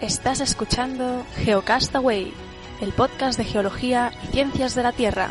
Estás escuchando Geocastaway, el podcast de geología y ciencias de la Tierra.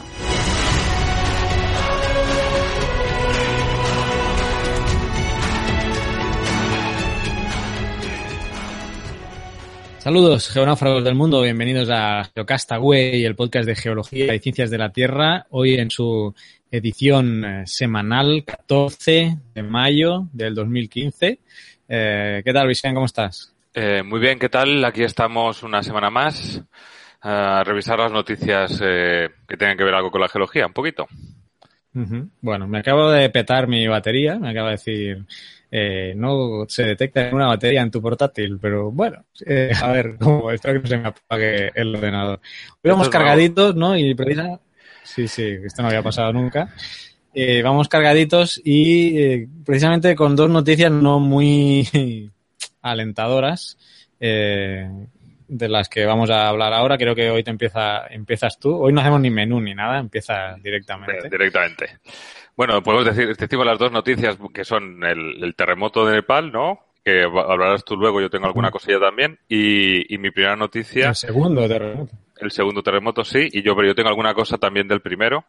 Saludos, geonáufragos del mundo, bienvenidos a Geocastaway, el podcast de geología y ciencias de la Tierra, hoy en su edición semanal, 14 de mayo del 2015. ¿Qué tal, Vicente? ¿Cómo estás? Muy bien, ¿qué tal? Aquí estamos una semana más a revisar las noticias que tengan que ver algo con la geología, un poquito. Bueno, me acabo de petar mi batería, me acaba de decir... no se detecta ninguna batería en tu portátil, pero bueno, a ver, espero que no se me apague el ordenador. Hoy vamos cargaditos, ¿no? Y precisamente, sí, esto no había pasado nunca. Vamos cargaditos y precisamente con dos noticias no muy alentadoras de las que vamos a hablar ahora. Creo que hoy empiezas tú. Hoy no hacemos ni menú ni nada, empieza directamente. Directamente. Bueno, podemos decimos las dos noticias que son el terremoto de Nepal, ¿no? Que hablarás tú luego, yo tengo alguna cosilla también. Y mi primera noticia... El segundo terremoto. El segundo terremoto, sí, pero yo tengo alguna cosa también del primero.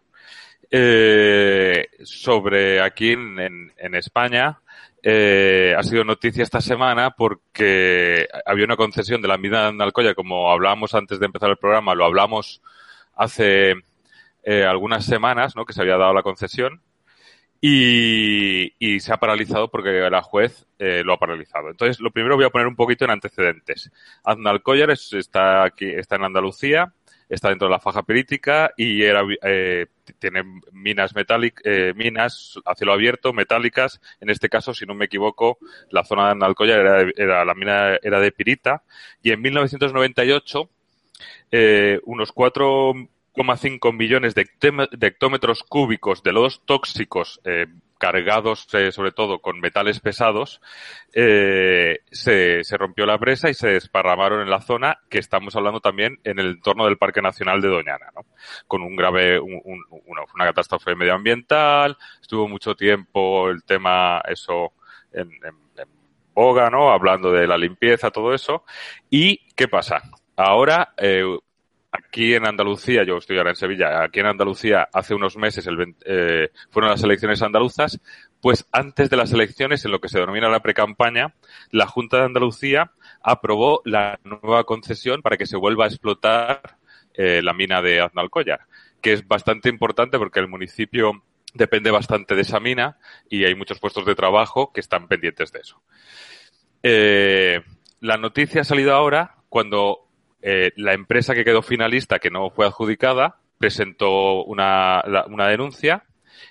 Sobre aquí en España, ha sido noticia esta semana porque había una concesión de la mina de Andalcoya, como hablábamos antes de empezar el programa, lo hablamos hace algunas semanas, ¿no? Que se había dado la concesión. Y se ha paralizado porque la juez lo ha paralizado. Entonces, lo primero voy a poner un poquito en antecedentes. Andalcollar está en Andalucía, está dentro de la faja pirítica y tiene minas minas a cielo abierto, metálicas. En este caso, si no me equivoco, la zona de Andalcollar la mina era de pirita. Y en 1998, unos 4,5 millones de hectómetros cúbicos de lodos tóxicos cargados sobre todo con metales pesados, se rompió la presa y se desparramaron en la zona, que estamos hablando también en el entorno del Parque Nacional de Doñana, ¿no? Con una catástrofe medioambiental. Estuvo mucho tiempo el tema en boga, ¿no? Hablando de la limpieza, todo eso. ¿Y qué pasa? Ahora, aquí en Andalucía, yo estoy ahora en Sevilla, aquí en Andalucía hace unos meses fueron las elecciones andaluzas, pues antes de las elecciones, en lo que se denomina la precampaña, la Junta de Andalucía aprobó la nueva concesión para que se vuelva a explotar la mina de Andalcollar, que es bastante importante porque el municipio depende bastante de esa mina y hay muchos puestos de trabajo que están pendientes de eso. La noticia ha salido ahora cuando la empresa que quedó finalista, que no fue adjudicada, presentó una denuncia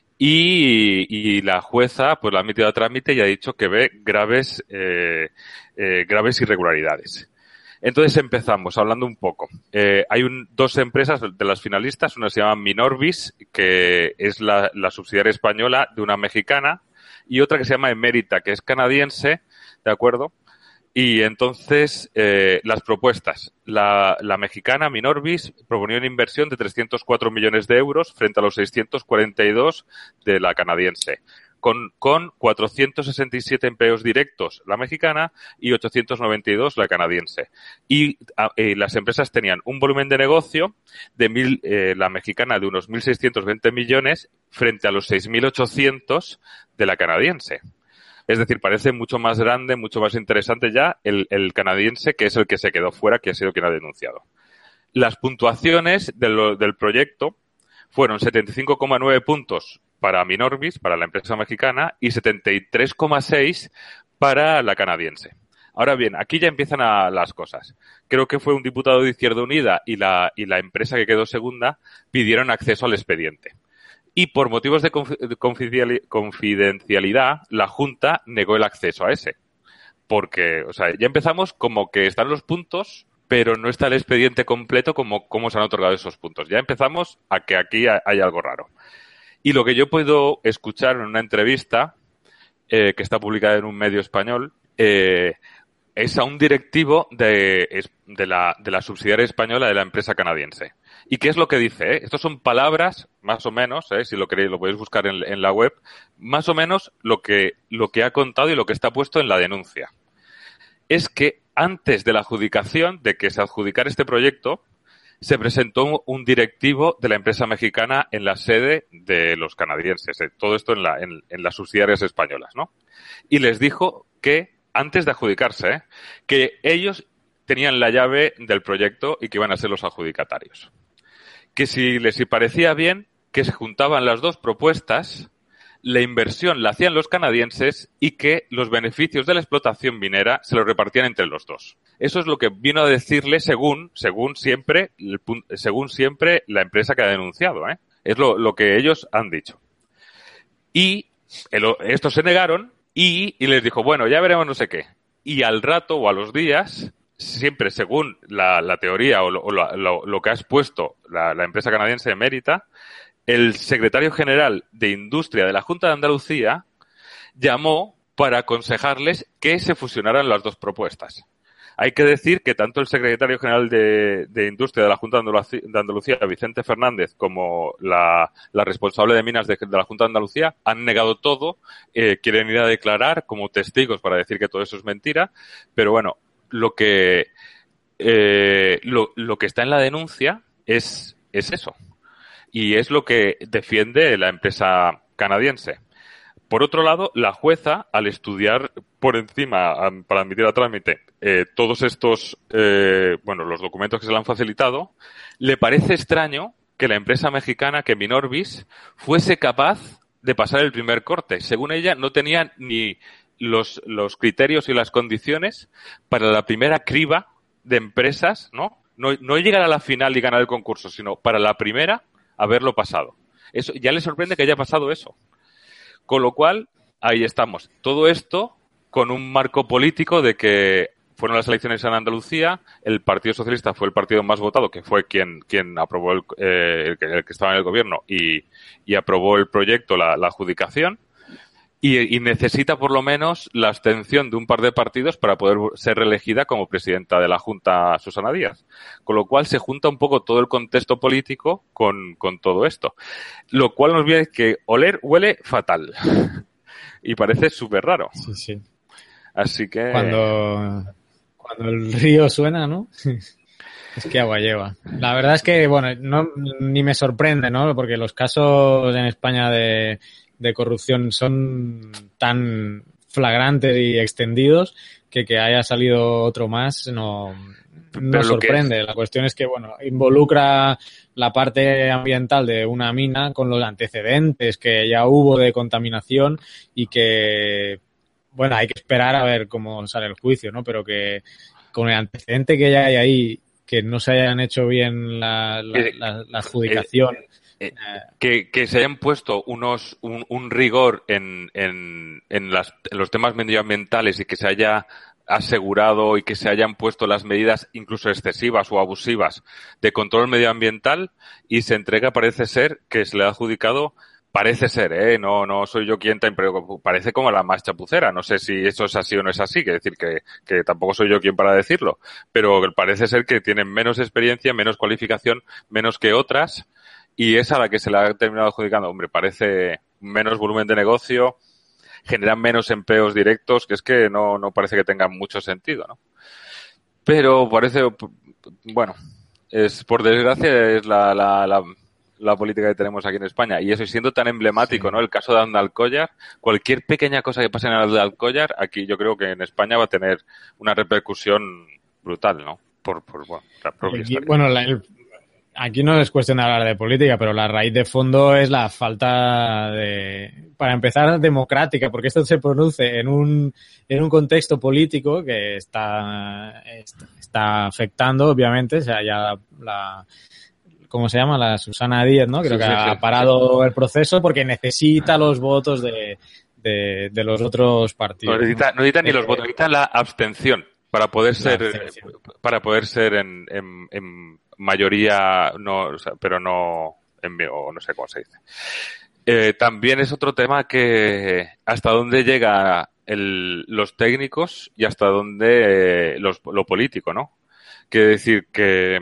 y la jueza pues la ha metido a trámite y ha dicho que ve graves irregularidades. Entonces empezamos hablando un poco. Hay dos empresas de las finalistas, una se llama Minorbis, que es la subsidiaria española de una mexicana, y otra que se llama Emérita, que es canadiense, ¿de acuerdo? Y entonces, las propuestas. La mexicana Minorbis proponía una inversión de 304 millones de euros frente a los 642 de la canadiense, con 467 empleos directos la mexicana y 892 la canadiense. Y las empresas tenían un volumen de negocio de la mexicana de unos 1.620 millones frente a los 6.800 de la canadiense. Es decir, parece mucho más grande, mucho más interesante ya el canadiense, que es el que se quedó fuera, que ha sido quien ha denunciado. Las puntuaciones del proyecto fueron 75,9 puntos para Minorbis, para la empresa mexicana, y 73,6 para la canadiense. Ahora bien, aquí ya empiezan las cosas. Creo que fue un diputado de Izquierda Unida y la empresa que quedó segunda pidieron acceso al expediente. Y por motivos de confidencialidad, la Junta negó el acceso a ese. Porque, ya empezamos como que están los puntos, pero no está el expediente completo como cómo se han otorgado esos puntos. Ya empezamos a que aquí hay algo raro. Y lo que yo puedo escuchar en una entrevista, que está publicada en un medio español, es a un directivo de la subsidiaria española de la empresa canadiense. ¿Y qué es lo que dice? Estas son palabras, más o menos, si lo queréis, lo podéis buscar en la web, más o menos lo que ha contado y lo que está puesto en la denuncia. Es que antes de la adjudicación, de que se adjudicara este proyecto, se presentó un directivo de la empresa mexicana en la sede de los canadienses. Todo esto en las subsidiarias españolas, ¿no? Y les dijo que, antes de adjudicarse, que ellos tenían la llave del proyecto y que iban a ser los adjudicatarios. Que si les parecía bien, que se juntaban las dos propuestas, la inversión la hacían los canadienses y que los beneficios de la explotación minera se los repartían entre los dos. Eso es lo que vino a decirle según siempre la empresa que ha denunciado, ¿eh? Es lo que ellos han dicho. Y estos se negaron y les dijo, bueno, ya veremos no sé qué. Y al rato o a los días, siempre según la teoría o lo que ha expuesto la empresa canadiense Emérita, el secretario general de Industria de la Junta de Andalucía llamó para aconsejarles que se fusionaran las dos propuestas. Hay que decir que tanto el secretario general de Industria de la Junta de Andalucía, Vicente Fernández, como la responsable de Minas de la Junta de Andalucía han negado todo, quieren ir a declarar como testigos para decir que todo eso es mentira, pero bueno, lo que está en la denuncia es eso. Y es lo que defiende la empresa canadiense. Por otro lado, la jueza, al estudiar por encima, para admitir a trámite, todos estos, los documentos que se le han facilitado, le parece extraño que la empresa mexicana, que Minorbis, fuese capaz de pasar el primer corte. Según ella, no tenía ni los criterios y las condiciones para la primera criba de empresas, ¿no? No llegar a la final y ganar el concurso, sino para la primera haberlo pasado. Eso ya le sorprende que haya pasado eso. Con lo cual, ahí estamos. Todo esto con un marco político de que fueron las elecciones en Andalucía, el Partido Socialista fue el partido más votado, que fue quien aprobó el que estaba en el gobierno y aprobó el proyecto, la adjudicación. Y necesita por lo menos la abstención de un par de partidos para poder ser reelegida como presidenta de la Junta Susana Díaz. Con lo cual se junta un poco todo el contexto político con todo esto. Lo cual nos viene que huele fatal. Y parece súper raro. Sí, sí. Así que... Cuando el río suena, ¿no? Es que agua lleva. La verdad es que, bueno, ni me sorprende, ¿no? Porque los casos en España de corrupción son tan flagrantes y extendidos que haya salido otro más no sorprende. La cuestión es que, bueno, involucra la parte ambiental de una mina con los antecedentes que ya hubo de contaminación y que, bueno, hay que esperar a ver cómo sale el juicio, ¿no? Pero que con el antecedente que ya hay ahí, que no se hayan hecho bien la adjudicación. Que se hayan puesto un rigor en los temas medioambientales y que se haya asegurado y que se hayan puesto las medidas incluso excesivas o abusivas de control medioambiental y se entrega, parece ser, que se le ha adjudicado, parece ser, no soy yo quien pero parece como la más chapucera. No sé si eso es así o no es así, que decir que tampoco soy yo quien para decirlo, pero parece ser que tienen menos experiencia, menos cualificación, menos que otras. Y es a la que se le ha terminado adjudicando. Hombre, parece menos volumen de negocio, generan menos empleos directos, que es que no parece que tenga mucho sentido, ¿no? Pero parece, bueno, por desgracia es la política que tenemos aquí en España. Y eso, siendo tan emblemático, sí, ¿no? El caso de Aldalcóllar, cualquier pequeña cosa que pase en Aldalcóllar, aquí yo creo que en España va a tener una repercusión brutal, ¿no? Por la propia historia. Bueno, aquí no es cuestión de hablar de política, pero la raíz de fondo es la falta para empezar, democrática, porque esto se produce en un contexto político que está afectando, obviamente, o sea, ya ¿cómo se llama? La Susana Díaz, ¿no? Creo que ha parado el proceso porque necesita los votos de los otros partidos. No necesita ni los votos, necesita la abstención para poder ser en mayoría, no, o sea, pero no no sé cómo se dice. También es otro tema que hasta dónde llega los técnicos y hasta dónde lo político, ¿no? Quiere decir que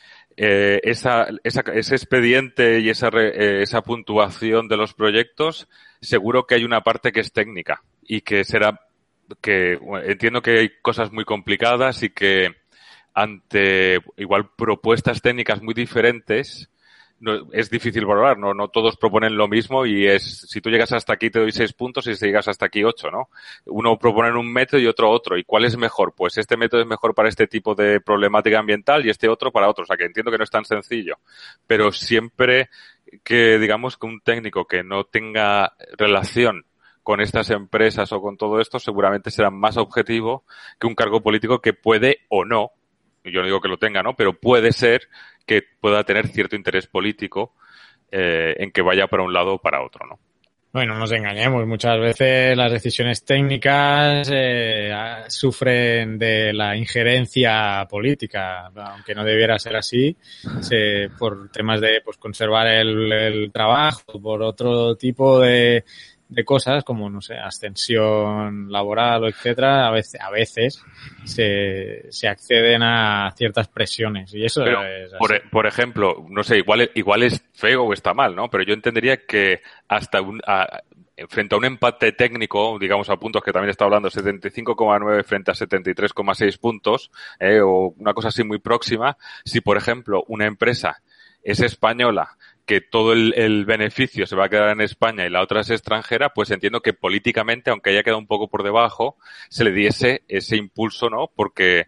ese expediente y esa puntuación de los proyectos, seguro que hay una parte que es técnica y que será bueno, entiendo que hay cosas muy complicadas y que ante igual propuestas técnicas muy diferentes es difícil valorar, no todos proponen lo mismo y si tú llegas hasta aquí te doy 6 puntos y si llegas hasta aquí 8, ¿no? Uno propone un método y otro. ¿Y cuál es mejor? Pues este método es mejor para este tipo de problemática ambiental y este otro para otro. O sea, que entiendo que no es tan sencillo, pero siempre que digamos que un técnico que no tenga relación con estas empresas o con todo esto seguramente será más objetivo que un cargo político que puede o no, yo no digo que lo tenga, ¿no? Pero puede ser que pueda tener cierto interés político en que vaya para un lado o para otro, ¿no? Bueno, no nos engañemos, muchas veces las decisiones técnicas sufren de la injerencia política, aunque no debiera ser así, por temas de conservar el trabajo, por otro tipo de cosas como, no sé, ascensión laboral o etcétera, a veces se acceden a ciertas presiones y eso pero, es así. Por ejemplo, no sé, igual es feo o está mal, ¿no? Pero yo entendería que hasta frente a un empate técnico, digamos a puntos que también está hablando 75,9 frente a 73,6 puntos, o una cosa así muy próxima, si por ejemplo una empresa es española, que todo el beneficio se va a quedar en España y la otra es extranjera, pues entiendo que políticamente, aunque haya quedado un poco por debajo, se le diese ese impulso, ¿no? Porque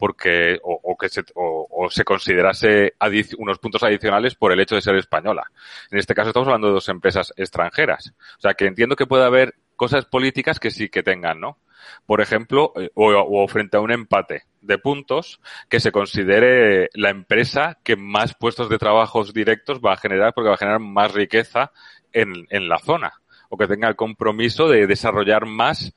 se considerase unos puntos adicionales por el hecho de ser española. En este caso estamos hablando de 2 empresas extranjeras. O sea, que entiendo que puede haber cosas políticas que sí que tengan, ¿no? Por ejemplo, o frente a un empate de puntos, que se considere la empresa que más puestos de trabajos directos va a generar, porque va a generar más riqueza en la zona, o que tenga el compromiso de desarrollar más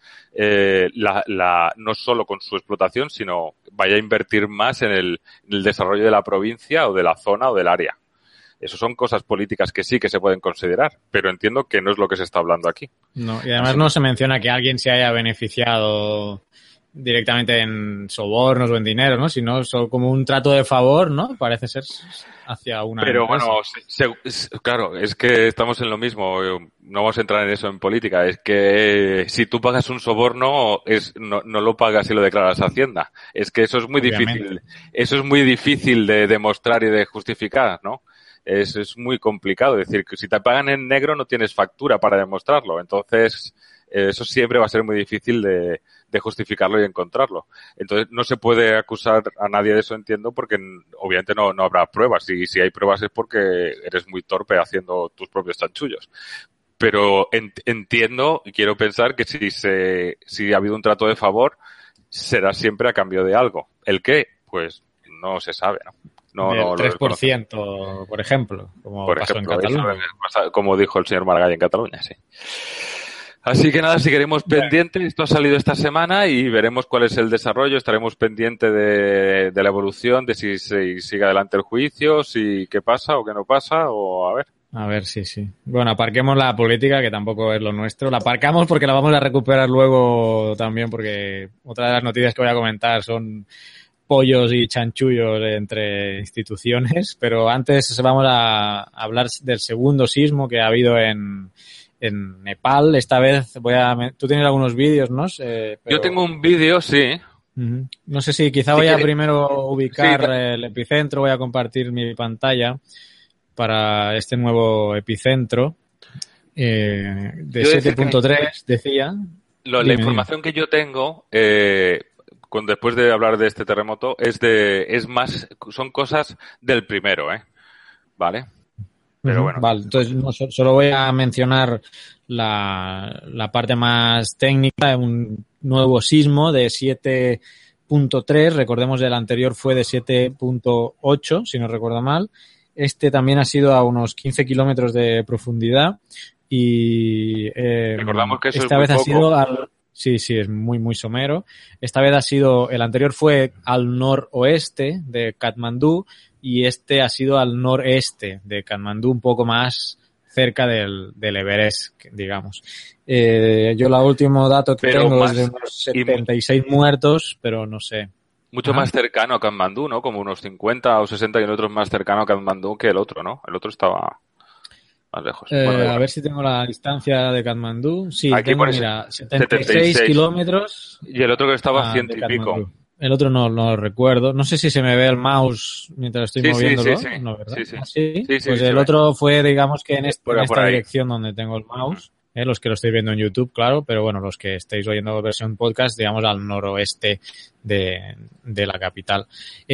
no solo con su explotación, sino vaya a invertir más en el desarrollo de la provincia o de la zona o del área. Eso son cosas políticas que sí que se pueden considerar, pero entiendo que no es lo que se está hablando aquí. No, y además no se menciona que alguien se haya beneficiado directamente en sobornos o en dinero, ¿no? Sino solo como un trato de favor, ¿no? Parece ser hacia una Pero empresa. bueno, claro, es que estamos en lo mismo. No vamos a entrar en eso en política. Es que si tú pagas un soborno, no lo pagas y lo declaras a Hacienda. Es que eso es muy difícil. Eso es muy difícil de demostrar y de justificar, ¿no? Es muy complicado. Es decir, que si te pagan en negro no tienes factura para demostrarlo. Entonces, eso siempre va a ser muy difícil de justificarlo y encontrarlo. Entonces, no se puede acusar a nadie de eso, entiendo, porque obviamente no habrá pruebas. Y si hay pruebas es porque eres muy torpe haciendo tus propios chanchullos. Pero entiendo y quiero pensar que si ha habido un trato de favor, será siempre a cambio de algo. ¿El qué? Pues no se sabe, ¿no? Del 3%, por ejemplo, como pasó en Cataluña. Como dijo el señor Maragall en Cataluña, sí. Así que nada, seguiremos pendientes. Esto ha salido esta semana y veremos cuál es el desarrollo. Estaremos pendientes de la evolución, de si sigue adelante el juicio, si qué pasa o qué no pasa, o a ver. A ver, sí. Bueno, aparquemos la política, que tampoco es lo nuestro. La aparcamos porque la vamos a recuperar luego también, porque otra de las noticias que voy a comentar son pollos y chanchullos entre instituciones, pero antes vamos a hablar del segundo sismo que ha habido en Nepal. Esta vez tú tienes algunos vídeos, ¿no? Pero... Yo tengo un vídeo, sí. Uh-huh. No sé si quizá voy a primero ubicar el epicentro, voy a compartir mi pantalla para este nuevo epicentro de 7.3, decía. La información que yo tengo después de hablar de este terremoto son cosas del primero, ¿vale? Pero bueno. Vale, entonces solo voy a mencionar la parte más técnica, un nuevo sismo de 7.3, recordemos el anterior fue de 7.8, si no recuerdo mal. Este también ha sido a unos 15 kilómetros de profundidad y recordamos que eso esta vez ha sido Sí, es muy somero. Esta vez el anterior fue al noroeste de Katmandú y este ha sido al noreste de Katmandú, un poco más cerca del Everest, digamos. Yo el último dato que tengo es de unos 76 muertos, pero no sé. Mucho más cercano a Katmandú, ¿no? Como unos 50 o 60 kilómetros más cercano a Katmandú que el otro, ¿no? El otro estaba Más lejos. A ver si tengo la distancia de Katmandú. Sí, aquí tengo, pones mira, 76 kilómetros. Y el otro que estaba a 100 de y pico. Katmandú. El otro no lo recuerdo. No sé si se me ve el mouse mientras estoy moviéndolo. Sí. No, ¿verdad? Sí. ¿Sí? Sí, pues el otro fue, digamos, que en esta dirección donde tengo el mouse. Los que lo estáis viendo en YouTube, claro, pero bueno, los que estáis oyendo versión podcast, digamos, al noroeste de la capital.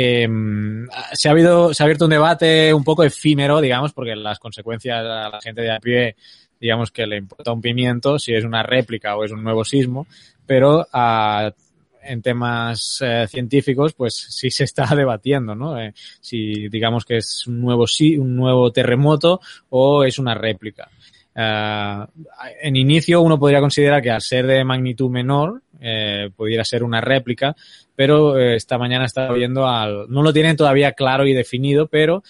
Se ha abierto un debate un poco efímero, digamos, porque las consecuencias a la gente de a pie, digamos que le importa un pimiento si es una réplica o es un nuevo sismo, pero en temas científicos, pues sí se está debatiendo, ¿no? Si digamos que es un nuevo terremoto o es una réplica. En inicio uno podría considerar que al ser de magnitud menor pudiera ser una réplica, pero esta mañana estaba viendo no lo tienen todavía claro y definido, pero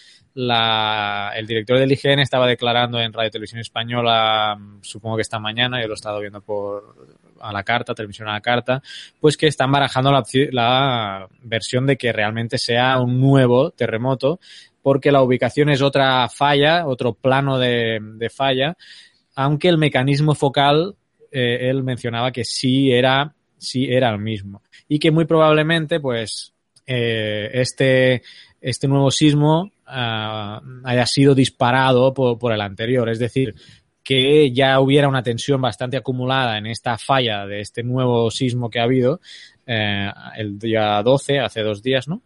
el director del IGN estaba declarando en Radio Televisión Española, supongo que esta mañana, yo lo he estado viendo televisión a la carta, pues que están barajando la versión de que realmente sea un nuevo terremoto, porque la ubicación es otra falla, otro plano de falla, aunque el mecanismo focal, él mencionaba que sí era el mismo. Y que muy probablemente, pues, este nuevo sismo haya sido disparado por el anterior. Es decir, que ya hubiera una tensión bastante acumulada en esta falla de este nuevo sismo que ha habido el día 12, hace 2 días, ¿no?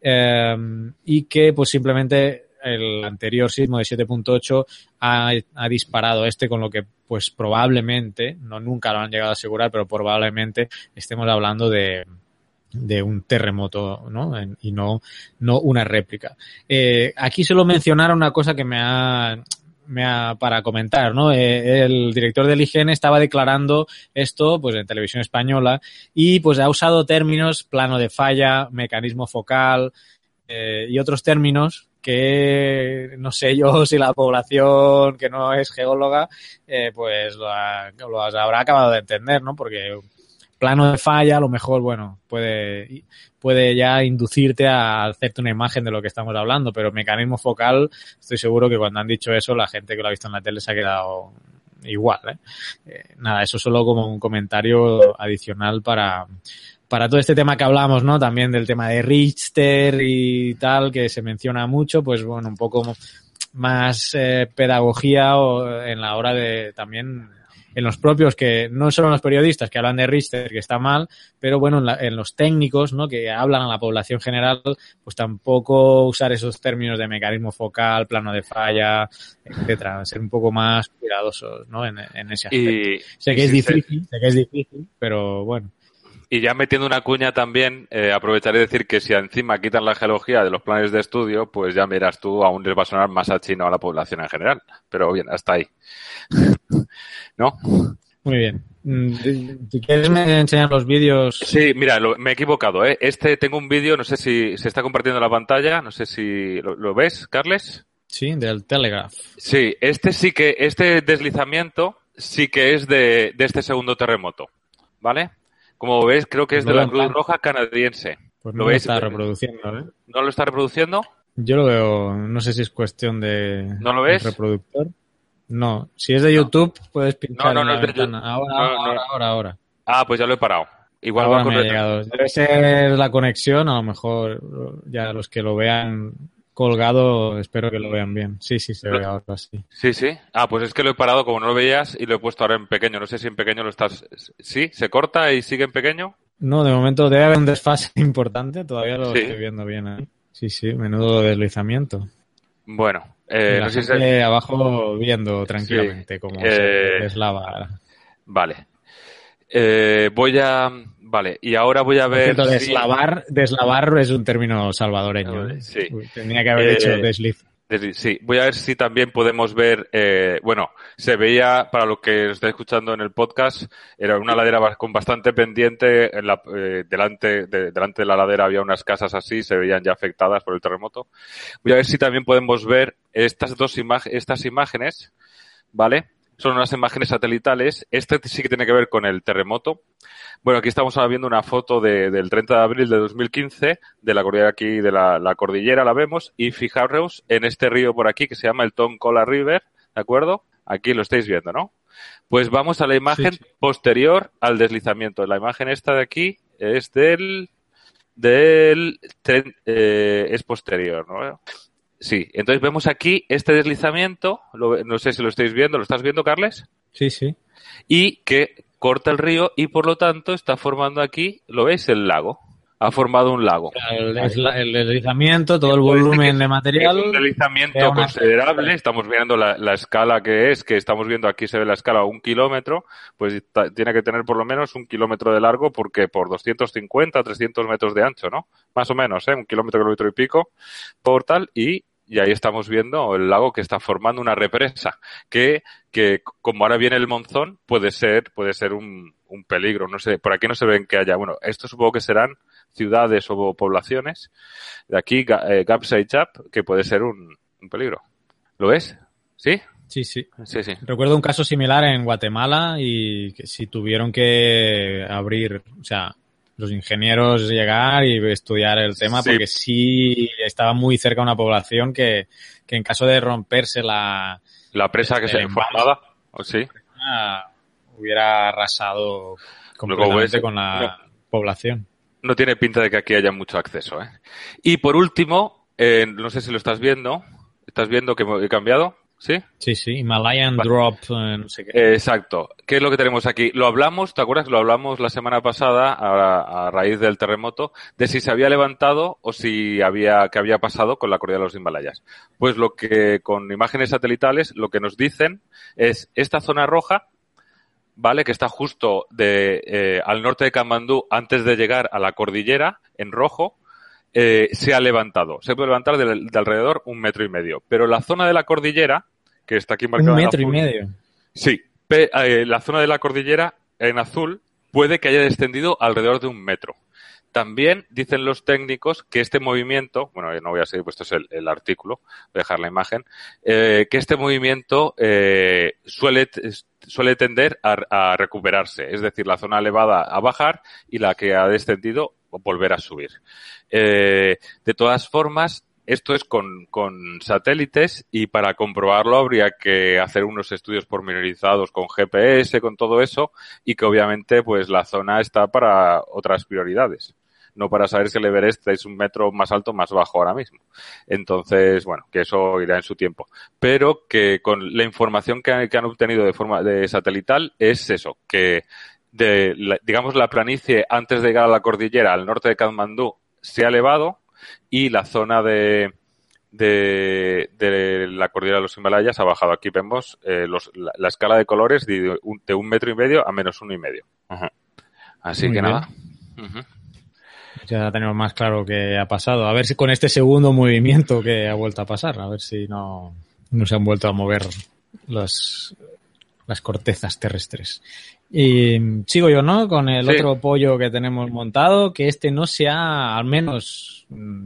Y que pues simplemente el anterior sismo de 7.8 ha disparado con lo que pues probablemente, nunca lo han llegado a asegurar, pero probablemente estemos hablando de un terremoto, ¿no? Y no una réplica. Aquí solo mencionar una cosa que para comentar, ¿no? El director del IGN estaba declarando esto, pues, en televisión española y, pues, ha usado términos, plano de falla, mecanismo focal, y otros términos que no sé yo si la población que no es geóloga, pues, los habrá acabado de entender, ¿no? Porque plano de falla, a lo mejor, bueno, puede ya inducirte a hacerte una imagen de lo que estamos hablando, pero mecanismo focal, estoy seguro que cuando han dicho eso, la gente que lo ha visto en la tele se ha quedado igual, nada, eso solo como un comentario adicional para todo este tema que hablamos, ¿no? También del tema de Richter y tal, que se menciona mucho, pues bueno, un poco más pedagogía en la hora de también en los propios, que no solo en los periodistas que hablan de Richter, que está mal, pero bueno, en los técnicos, ¿no? Que hablan a la población general, pues tampoco usar esos términos de mecanismo focal, plano de falla, etcétera, ser un poco más cuidadosos, ¿no? En ese aspecto. Sé que es difícil, pero bueno. Y ya metiendo una cuña también, aprovecharé de decir que si encima quitan la geología de los planes de estudio, pues ya miras tú, aún les va a sonar más a chino a la población en general. Pero bien, hasta ahí. ¿No? Muy bien. Si quieres me enseñar los vídeos. Sí, mira, me he equivocado, ¿eh? Tengo un vídeo, no sé si se está compartiendo la pantalla, no sé si lo ves, Carles. Sí, del Telegraph. Sí, este deslizamiento sí que es de este segundo terremoto, ¿vale? Como ves, creo que es de la Cruz Roja canadiense. Pues no lo está reproduciendo, ¿eh? ¿No lo está reproduciendo? Yo lo veo, no sé si es cuestión de... ¿No lo ves? Reproductor. No, si es de YouTube puedes pinchar en la ventana. Ahora. Ah, pues ya lo he parado. Igual ahora va me ha llegado. Debe ser la conexión, a lo mejor ya los que lo vean colgado, espero que lo vean bien. Sí, se ve ahora, sí. Sí. Ah, pues es que lo he parado como no lo veías y lo he puesto ahora en pequeño. No sé si en pequeño lo estás... ¿Sí? ¿Se corta y sigue en pequeño? No, de momento debe haber un desfase importante. Todavía lo estoy viendo bien ahí. Sí, menudo deslizamiento. Bueno, no sé si... abajo viendo tranquilamente cómo se deslava. Vale. Vale, y ahora voy a ver... Deslavar es un término salvadoreño. Sí. Tenía que haber dicho desliz. Sí, voy a ver si también podemos ver... se veía, para lo que os estáis escuchando en el podcast, era una ladera con bastante pendiente. Delante de la ladera había unas casas así, se veían ya afectadas por el terremoto. Voy a ver si también podemos ver estas imágenes, ¿vale? Son unas imágenes satelitales. Sí que tiene que ver con el terremoto. Bueno, aquí estamos viendo una foto del 30 de abril de 2015 de la cordillera aquí, de la cordillera, la vemos. Y fijaros en este río por aquí que se llama el Toncola River, ¿de acuerdo? Aquí lo estáis viendo, ¿no? Pues vamos a la imagen posterior al deslizamiento. La imagen esta de aquí es es posterior, ¿no? Sí, entonces vemos aquí este deslizamiento, no sé si lo estáis viendo, ¿lo estás viendo, Carles? Sí. Y que corta el río y por lo tanto está formando aquí, ¿lo veis? El lago. Ha formado un lago. El deslizamiento, todo el volumen de material. Es un deslizamiento considerable. Estamos viendo la escala que estamos viendo aquí se ve la escala a 1 kilómetro, pues tiene que tener por lo menos 1 kilómetro de largo porque por 250 300 metros de ancho, ¿no? Más o menos, 1 kilómetro y pico por tal y ahí estamos viendo el lago que está formando una represa que como ahora viene el monzón puede ser un peligro. No sé, por aquí no se ven que haya, bueno, esto supongo que serán ciudades o poblaciones de aquí, Gapsaichap, que puede ser un peligro. ¿Lo ves? ¿Sí? Sí. Sí. Recuerdo un caso similar en Guatemala y que si tuvieron que abrir, o sea, los ingenieros llegar y estudiar el tema porque sí estaba muy cerca una población que en caso de romperse la presa que se formaba, sí, hubiera arrasado completamente con la población. No tiene pinta de que aquí haya mucho acceso, ¿eh? Y por último, no sé si lo estás viendo. ¿Estás viendo que he cambiado? ¿Sí? Sí, Himalayan Drop, no sé qué. Exacto. ¿Qué es lo que tenemos aquí? Lo hablamos, ¿te acuerdas? Lo hablamos la semana pasada a raíz del terremoto, de si se había levantado o qué había pasado con la cordillera de los Himalayas. Pues lo que, con imágenes satelitales, lo que nos dicen es esta zona roja, ¿vale? Que está justo al norte de Katmandú, antes de llegar a la cordillera, en rojo, se ha levantado. Se puede levantar de alrededor 1,5 metros. Pero la zona de la cordillera, que está aquí marcada en azul... 1,5 metros. Sí. La zona de la cordillera, en azul, puede que haya descendido alrededor de 1 metro. También dicen los técnicos que este movimiento, bueno, no voy a seguir, pues esto es el artículo, voy a dejar la imagen, que este movimiento suele tender a recuperarse, es decir, la zona elevada a bajar y la que ha descendido volver a subir. De todas formas, esto es con satélites y para comprobarlo habría que hacer unos estudios pormenorizados con GPS, con todo eso, y que obviamente pues la zona está para otras prioridades. No para saber si el Everest es 1 metro más alto o más bajo ahora mismo. Entonces, bueno, que eso irá en su tiempo. Pero que con la información que han obtenido de forma de satelital es eso, que digamos la planicie antes de llegar a la cordillera al norte de Katmandú se ha elevado y la zona de la cordillera de los Himalayas ha bajado. Aquí vemos la escala de colores de 1,5 metros a menos 1,5. Ajá. Así muy que bien. Nada. Uh-huh. Ya tenemos más claro qué ha pasado. A ver si con este segundo movimiento que ha vuelto a pasar, a ver si no se han vuelto a mover las cortezas terrestres. Y sigo yo, ¿no? Con el otro pollo que tenemos montado, que no sea, al menos,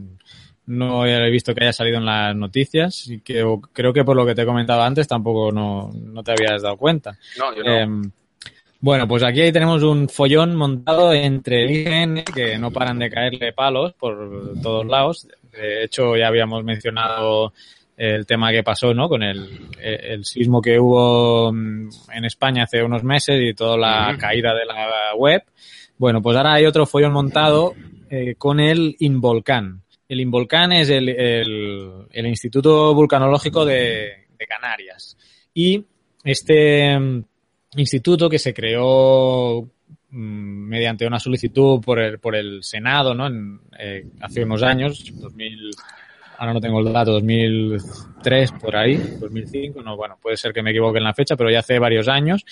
no he visto que haya salido en las noticias y que creo que por lo que te he comentado antes tampoco no te habías dado cuenta. No, yo no. Bueno, pues aquí tenemos un follón montado entre el IGN, que no paran de caerle palos por todos lados. De hecho, ya habíamos mencionado el tema que pasó, ¿no? Con el sismo que hubo en España hace unos meses y toda la caída de la web. Bueno, pues ahora hay otro follón montado con el Involcán. El Involcán es el Instituto Vulcanológico de Canarias. Y este instituto que se creó mediante una solicitud por el Senado, ¿no? Hace unos años, 2000, ahora no tengo el dato, 2003 por ahí, 2005, no, bueno, puede ser que me equivoque en la fecha, pero ya hace varios años,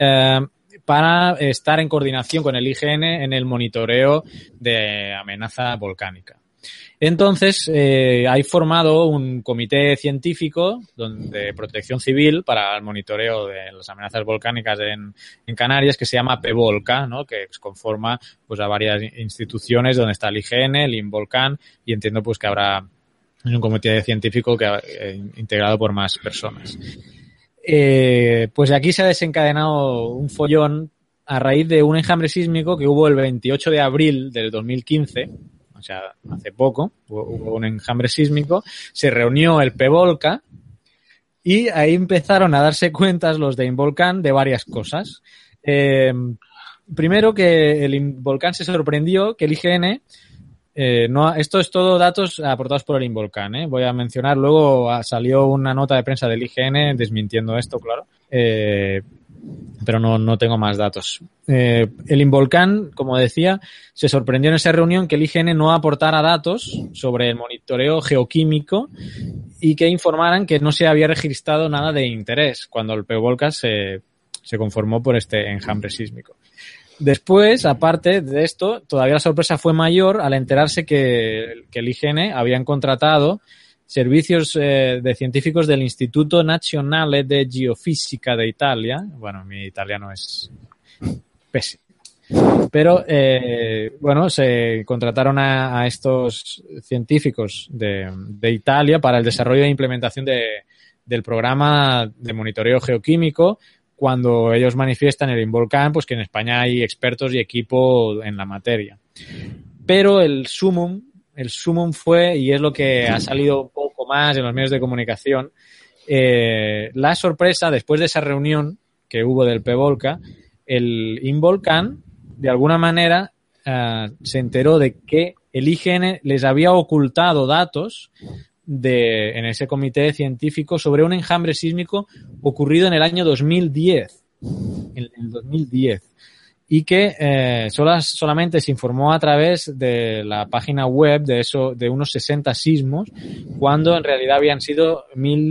para estar en coordinación con el IGN en el monitoreo de amenaza volcánica. Entonces, hay formado un comité científico de protección civil para el monitoreo de las amenazas volcánicas en Canarias, que se llama PEVOLCA, ¿no? Que conforma pues a varias instituciones donde está el IGN, el Involcán, y entiendo pues que habrá un comité científico integrado por más personas. Pues aquí se ha desencadenado un follón a raíz de un enjambre sísmico que hubo el 28 de abril del 2015, o sea, hace poco, hubo un enjambre sísmico, se reunió el PEVOLCA Y ahí empezaron a darse cuentas los de Involcan de varias cosas. Primero que el Involcan se sorprendió que el IGN esto es todo datos aportados por el Involcan, ¿eh? Voy a mencionar, luego salió una nota de prensa del IGN desmintiendo esto, claro, pero no tengo más datos. El Involcan, como decía, se sorprendió en esa reunión que el IGN no aportara datos sobre el monitoreo geoquímico y que informaran que no se había registrado nada de interés cuando el PVOLCA se conformó por este enjambre sísmico. Después, aparte de esto, todavía la sorpresa fue mayor al enterarse que el IGN habían contratado servicios de científicos del Instituto Nazionale de Geofisica de Italia. Bueno, mi italiano es pésimo. Pero, se contrataron a estos científicos de Italia para el desarrollo e implementación del programa de monitoreo geoquímico, cuando ellos manifiestan el Involcan, pues que en España hay expertos y equipo en la materia. Pero el sumum fue, y es lo que ha salido un poco más en los medios de comunicación, la sorpresa después de esa reunión que hubo del PVOLCA, el Involcan, de alguna manera, se enteró de que el IGN les había ocultado datos en ese comité científico sobre un enjambre sísmico ocurrido en el año 2010. En el 2010. Y que solamente se informó a través de la página web de unos 60 sismos, cuando en realidad habían sido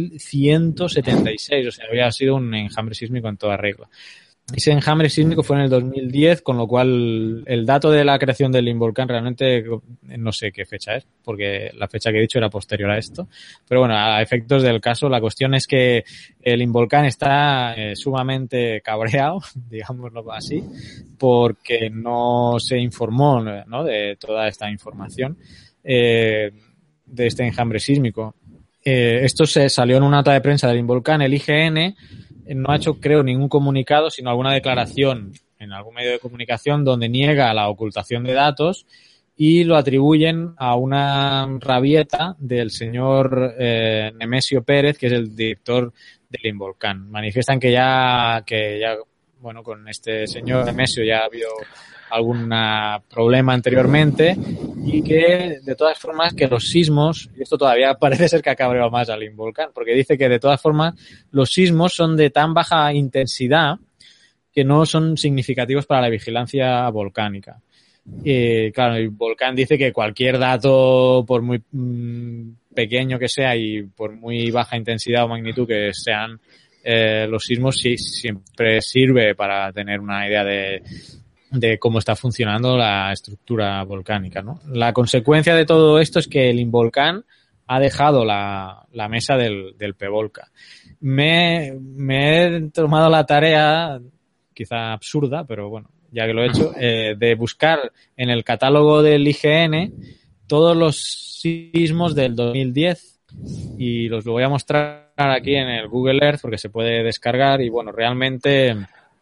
1176, o sea, había sido un enjambre sísmico en toda regla. Ese enjambre sísmico fue en el 2010, con lo cual el dato de la creación del Involcan realmente no sé qué fecha es, porque la fecha que he dicho era posterior a esto. Pero bueno, a efectos del caso, la cuestión es que el Involcan está sumamente cabreado, digámoslo así, porque no se informó, ¿no?, de toda esta información de este enjambre sísmico. Esto se salió en una nota de prensa del Involcan. El IGN no ha hecho, creo, ningún comunicado, sino alguna declaración en algún medio de comunicación donde niega la ocultación de datos y lo atribuyen a una rabieta del señor Nemesio Pérez, que es el director del Involcan. Manifiestan que ya, bueno, con este señor Nemesio ya ha habido algún problema anteriormente y que, de todas formas, que los sismos, y esto todavía parece ser que ha cabreado más al Involcan, porque dice que, de todas formas, los sismos son de tan baja intensidad que no son significativos para la vigilancia volcánica. Claro, el Volcan dice que cualquier dato, por muy pequeño que sea y por muy baja intensidad o magnitud que sean los sismos, sí, siempre sirve para tener una idea de cómo está funcionando la estructura volcánica, ¿no? La consecuencia de todo esto es que el Involcan ha dejado la mesa del PVOLCA. Me he tomado la tarea, quizá absurda, pero bueno, ya que lo he hecho, de buscar en el catálogo del IGN todos los sismos del 2010 y los voy a mostrar aquí en el Google Earth porque se puede descargar y bueno, realmente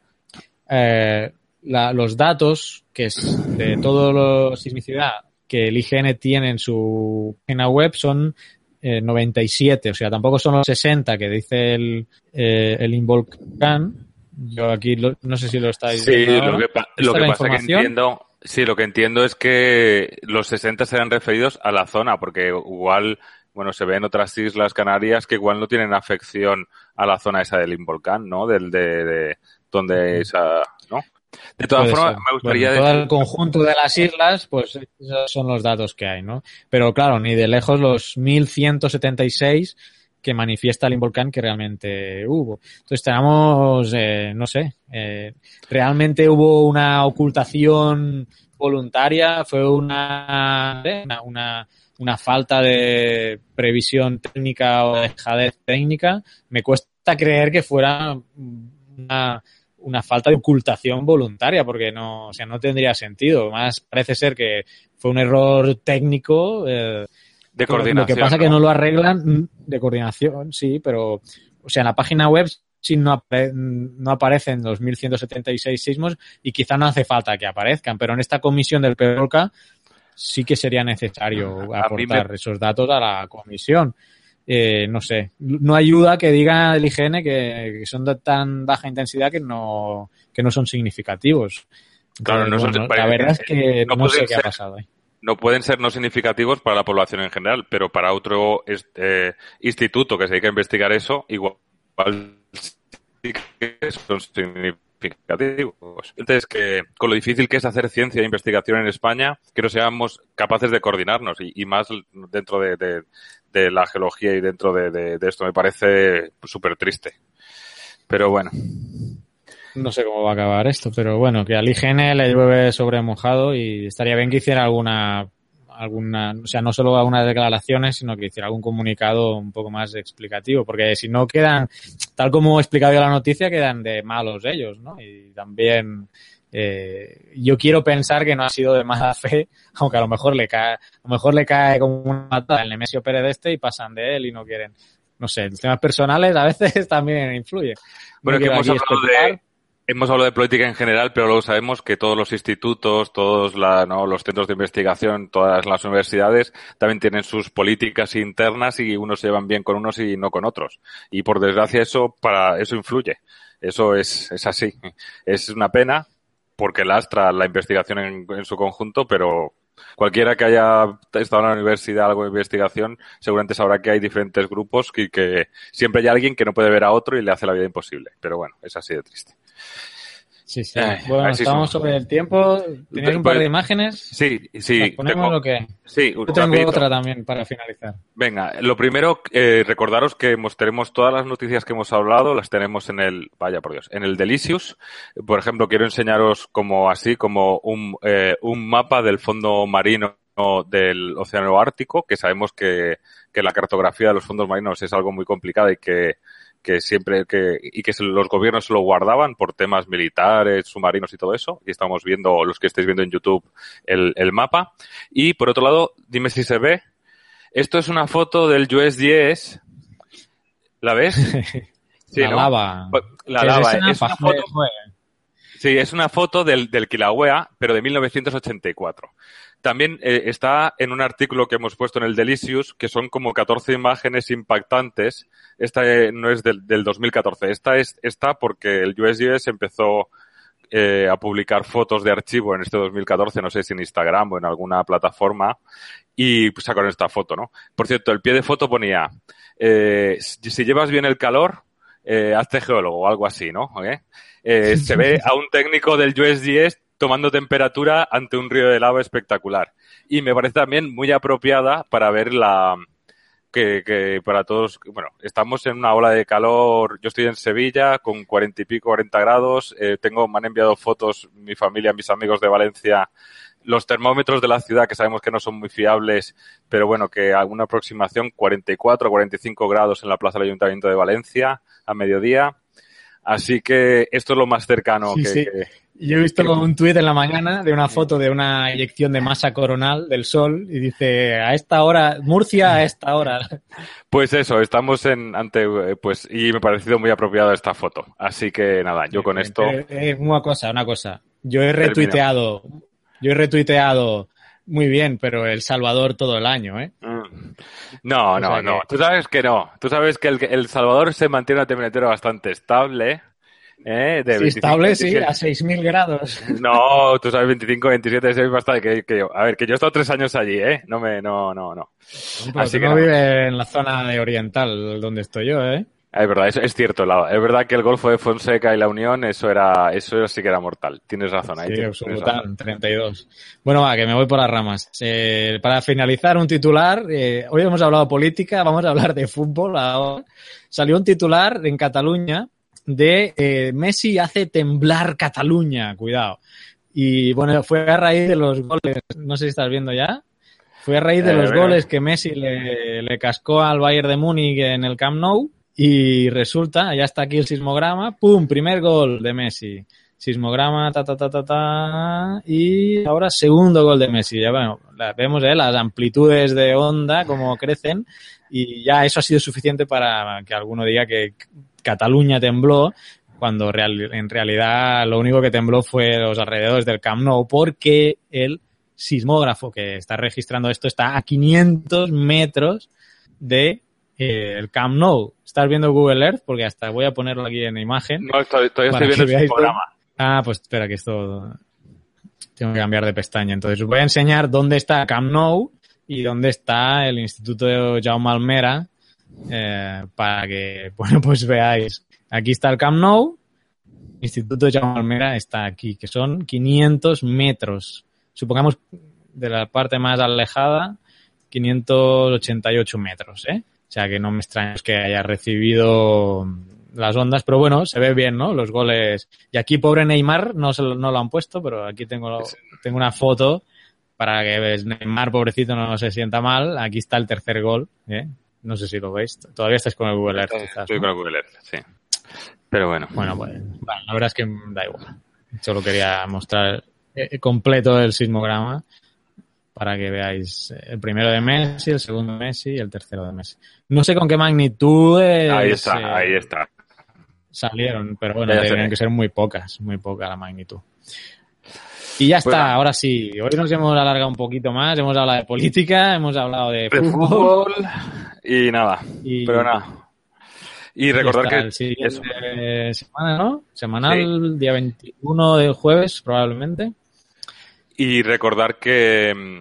los datos que es de toda la sismicidad que el IGN tiene en su página web son 97, o sea, tampoco son los 60 que dice el Involcan. Yo aquí no sé si lo estáis viendo. Sí, lo que pasa que entiendo. Sí, lo que entiendo es que los 60 serán referidos a la zona, porque igual, bueno, se ve en otras islas canarias que igual no tienen afección a la zona esa del Involcan, ¿no? De donde esa, ¿no? De todas formas, me gustaría decir... Todo el conjunto de las islas, pues esos son los datos que hay, ¿no? Pero claro, ni de lejos los 1176 que manifiesta el Involcan que realmente hubo. Entonces tenemos, no sé, realmente hubo una ocultación voluntaria, fue una falta de previsión técnica o dejadez técnica. Me cuesta creer que fuera una falta de ocultación voluntaria, porque no tendría sentido. Más parece ser que fue un error técnico, de coordinación. Lo que pasa es que no lo arreglan de coordinación, sí, pero, o sea, en la página web sí no aparecen los 1176 sismos y quizá no hace falta que aparezcan, pero en esta comisión del PVOLCA sí que sería necesario aportar esos datos a la comisión. no sé, no ayuda que diga el IGN que son de tan baja intensidad que no son significativos. Entonces, Claro, no son, la verdad es que no sé qué ha ser, pasado ahí. no pueden ser no significativos para la población en general, pero para otro instituto que se dedica a investigar eso, igual sí que son significativos. Entonces, que con lo difícil que es hacer ciencia e investigación en España, que no seamos capaces de coordinarnos y más dentro de la geología y dentro de esto, me parece súper triste. Pero bueno. No sé cómo va a acabar esto, pero bueno, que al IGN le llueve sobre mojado y estaría bien que hiciera alguna, o sea, no solo algunas declaraciones, sino que hiciera algún comunicado un poco más explicativo, porque si no quedan, tal como he explicado yo la noticia, quedan de malos ellos, ¿no? Y también yo quiero pensar que no ha sido de mala fe, aunque a lo mejor le cae como una patada el Nemesio Pérez y pasan de él y no quieren, no sé, los temas personales a veces también influyen. Bueno, que hemos hablado de política en general, pero luego sabemos que todos los institutos, todos los centros de investigación, todas las universidades también tienen sus políticas internas y unos se llevan bien con unos y no con otros. Y por desgracia eso influye. Eso es así. Es una pena porque lastra la investigación en su conjunto, pero cualquiera que haya estado en la universidad algo de investigación seguramente sabrá que hay diferentes grupos y que siempre hay alguien que no puede ver a otro y le hace la vida imposible. Pero bueno, es así de triste. Sí. Bueno, estamos sobre el tiempo. ¿Tenías un par de imágenes? Sí. ¿Las ponemos o qué? Sí, yo tengo rapidito. Otra también para finalizar. Venga, lo primero, recordaros que tenemos todas las noticias que hemos hablado, las tenemos en el Delicious. Por ejemplo, quiero enseñaros como un mapa del fondo marino del Océano Ártico, que sabemos que la cartografía de los fondos marinos es algo muy complicado y que los gobiernos se lo guardaban por temas militares, submarinos y todo eso. Aquí estamos viendo, los que estáis viendo en YouTube, el mapa. Y por otro lado, dime si se ve. Esto es una foto del USGS. ¿La ves? Sí, la lava. La lava. Es una foto. Sí, es una foto del Kilauea, pero de 1984. También está en un artículo que hemos puesto en el Delicious, que son como 14 imágenes impactantes. Esta no es del 2014. Esta porque el USGS empezó a publicar fotos de archivo en este 2014, no sé si en Instagram o en alguna plataforma, y pues sacaron esta foto, ¿no? Por cierto, el pie de foto ponía, si llevas bien el calor, hazte geólogo o algo así, ¿no? Se ve a un técnico del USGS tomando temperatura ante un río de lava espectacular. Y me parece también muy apropiada para ver que para todos, bueno, estamos en una ola de calor. Yo estoy en Sevilla con 40 y pico, 40 grados. Me han enviado fotos mi familia, mis amigos de Valencia, los termómetros de la ciudad, que sabemos que no son muy fiables, pero bueno, que alguna aproximación, 44, 45 grados en la plaza del Ayuntamiento de Valencia a mediodía. Así que esto es lo más cercano Yo he visto un tuit en la mañana de una foto de una eyección de masa coronal del Sol y dice, a esta hora, Murcia a esta hora. Pues eso, estamos y me ha parecido muy apropiada esta foto. Así que nada, yo con esto... Una cosa. Yo he retuiteado muy bien, pero El Salvador todo el año, ¿eh? No. Tú sabes que no. Tú sabes que el Salvador se mantiene una temperatura bastante estable. Estable, 27. Sí, a 6.000 grados. No, tú sabes, 25, 27 es bastante que yo. A ver, que yo he estado 3 años allí, ¿eh? No. Así que no vive en la zona de oriental donde estoy yo, ¿eh? Es verdad, es cierto. Es verdad que el Golfo de Fonseca y la Unión, eso sí que era mortal. Tienes razón ahí. Sí, absolutamente, 32. Bueno, que me voy por las ramas. Para finalizar, un titular. Hoy hemos hablado de política, vamos a hablar de fútbol ahora. Salió un titular en Cataluña de Messi hace temblar Cataluña, cuidado. Y bueno, fue a raíz de los goles, no sé si estás viendo ya, fue a raíz de los goles que Messi le cascó al Bayern de Múnich en el Camp Nou y resulta, ya está aquí el sismograma, ¡pum! Primer gol de Messi. Sismograma, y ahora segundo gol de Messi. Ya bueno, vemos las amplitudes de onda como crecen y ya eso ha sido suficiente para que alguno diga que Cataluña tembló, cuando en realidad lo único que tembló fue los alrededores del Camp Nou, porque el sismógrafo que está registrando esto está a 500 metros de el Camp Nou. ¿Estás viendo Google Earth? Porque hasta voy a ponerlo aquí en imagen. No, todavía estoy viendo el programa. Ah, pues espera, que esto... Tengo que cambiar de pestaña. Entonces os voy a enseñar dónde está Camp Nou y dónde está el Instituto Jaume Almera, para que, bueno, pues veáis. Aquí está el Camp Nou, Instituto Jaume Almera está aquí, que son 500 metros. Supongamos de la parte más alejada, 588 metros, ¿eh? O sea que no me extraña que haya recibido las ondas, pero bueno, se ve bien, ¿no? Los goles. Y aquí, pobre Neymar, no lo han puesto, pero aquí tengo una foto para que ves, Neymar, pobrecito, no se sienta mal. Aquí está el tercer gol, ¿eh? No sé si lo veis. Todavía estáis con el Google Earth, quizás, Estoy ¿no? con el Google Earth, sí. Pero bueno. Bueno, pues la verdad es que da igual. Solo quería mostrar completo el sismograma para que veáis el primero de Messi, el segundo de Messi y el tercero de Messi. No sé con qué magnitudes Ahí está. salieron, pero bueno, tendrían que ser muy poca la magnitud. Y ya está, bueno, ahora sí. Hoy nos hemos alargado un poquito más, hemos hablado de política, hemos hablado de fútbol y nada, pero nada. Y recordar que el siguiente semana, ¿no? Semanal, sí. Día 21 del jueves, probablemente. Y recordar que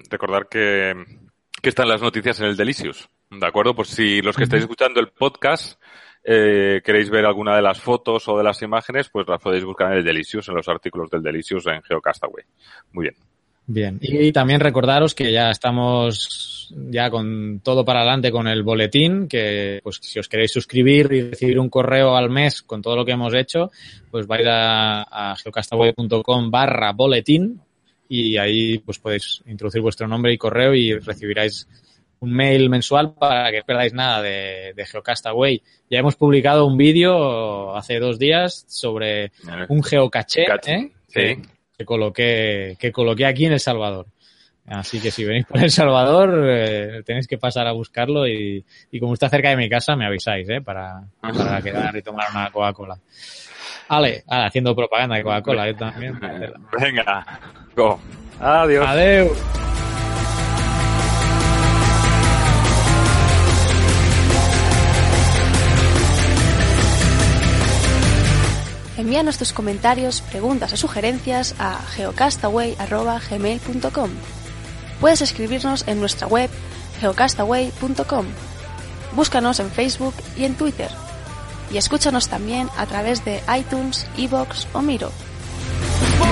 están las noticias en el Delicious, ¿de acuerdo? Pues si los que estáis escuchando el podcast queréis ver alguna de las fotos o de las imágenes, pues las podéis buscar en el Delicious, en los artículos del Delicious en GeoCastaway. Muy bien. Bien. Y también recordaros que ya estamos ya con todo para adelante con el boletín, que pues si os queréis suscribir y recibir un correo al mes con todo lo que hemos hecho, pues vais a geocastaway.com/boletín y ahí pues podéis introducir vuestro nombre y correo y recibiráis un mail mensual para que no perdáis nada de GeoCastaway. Ya hemos publicado un vídeo hace 2 días sobre un geocaché, sí. que coloqué aquí en El Salvador. Así que si venís por El Salvador, tenéis que pasar a buscarlo y como está cerca de mi casa, me avisáis, para quedar y tomar una Coca-Cola. Ale, haciendo propaganda de Coca-Cola, yo también. Venga, go. Adiós. Adeu. Envíanos tus comentarios, preguntas o sugerencias a geocastaway@gmail.com. Puedes escribirnos en nuestra web geocastaway.com. Búscanos en Facebook y en Twitter. Y escúchanos también a través de iTunes, iVoox o Miro.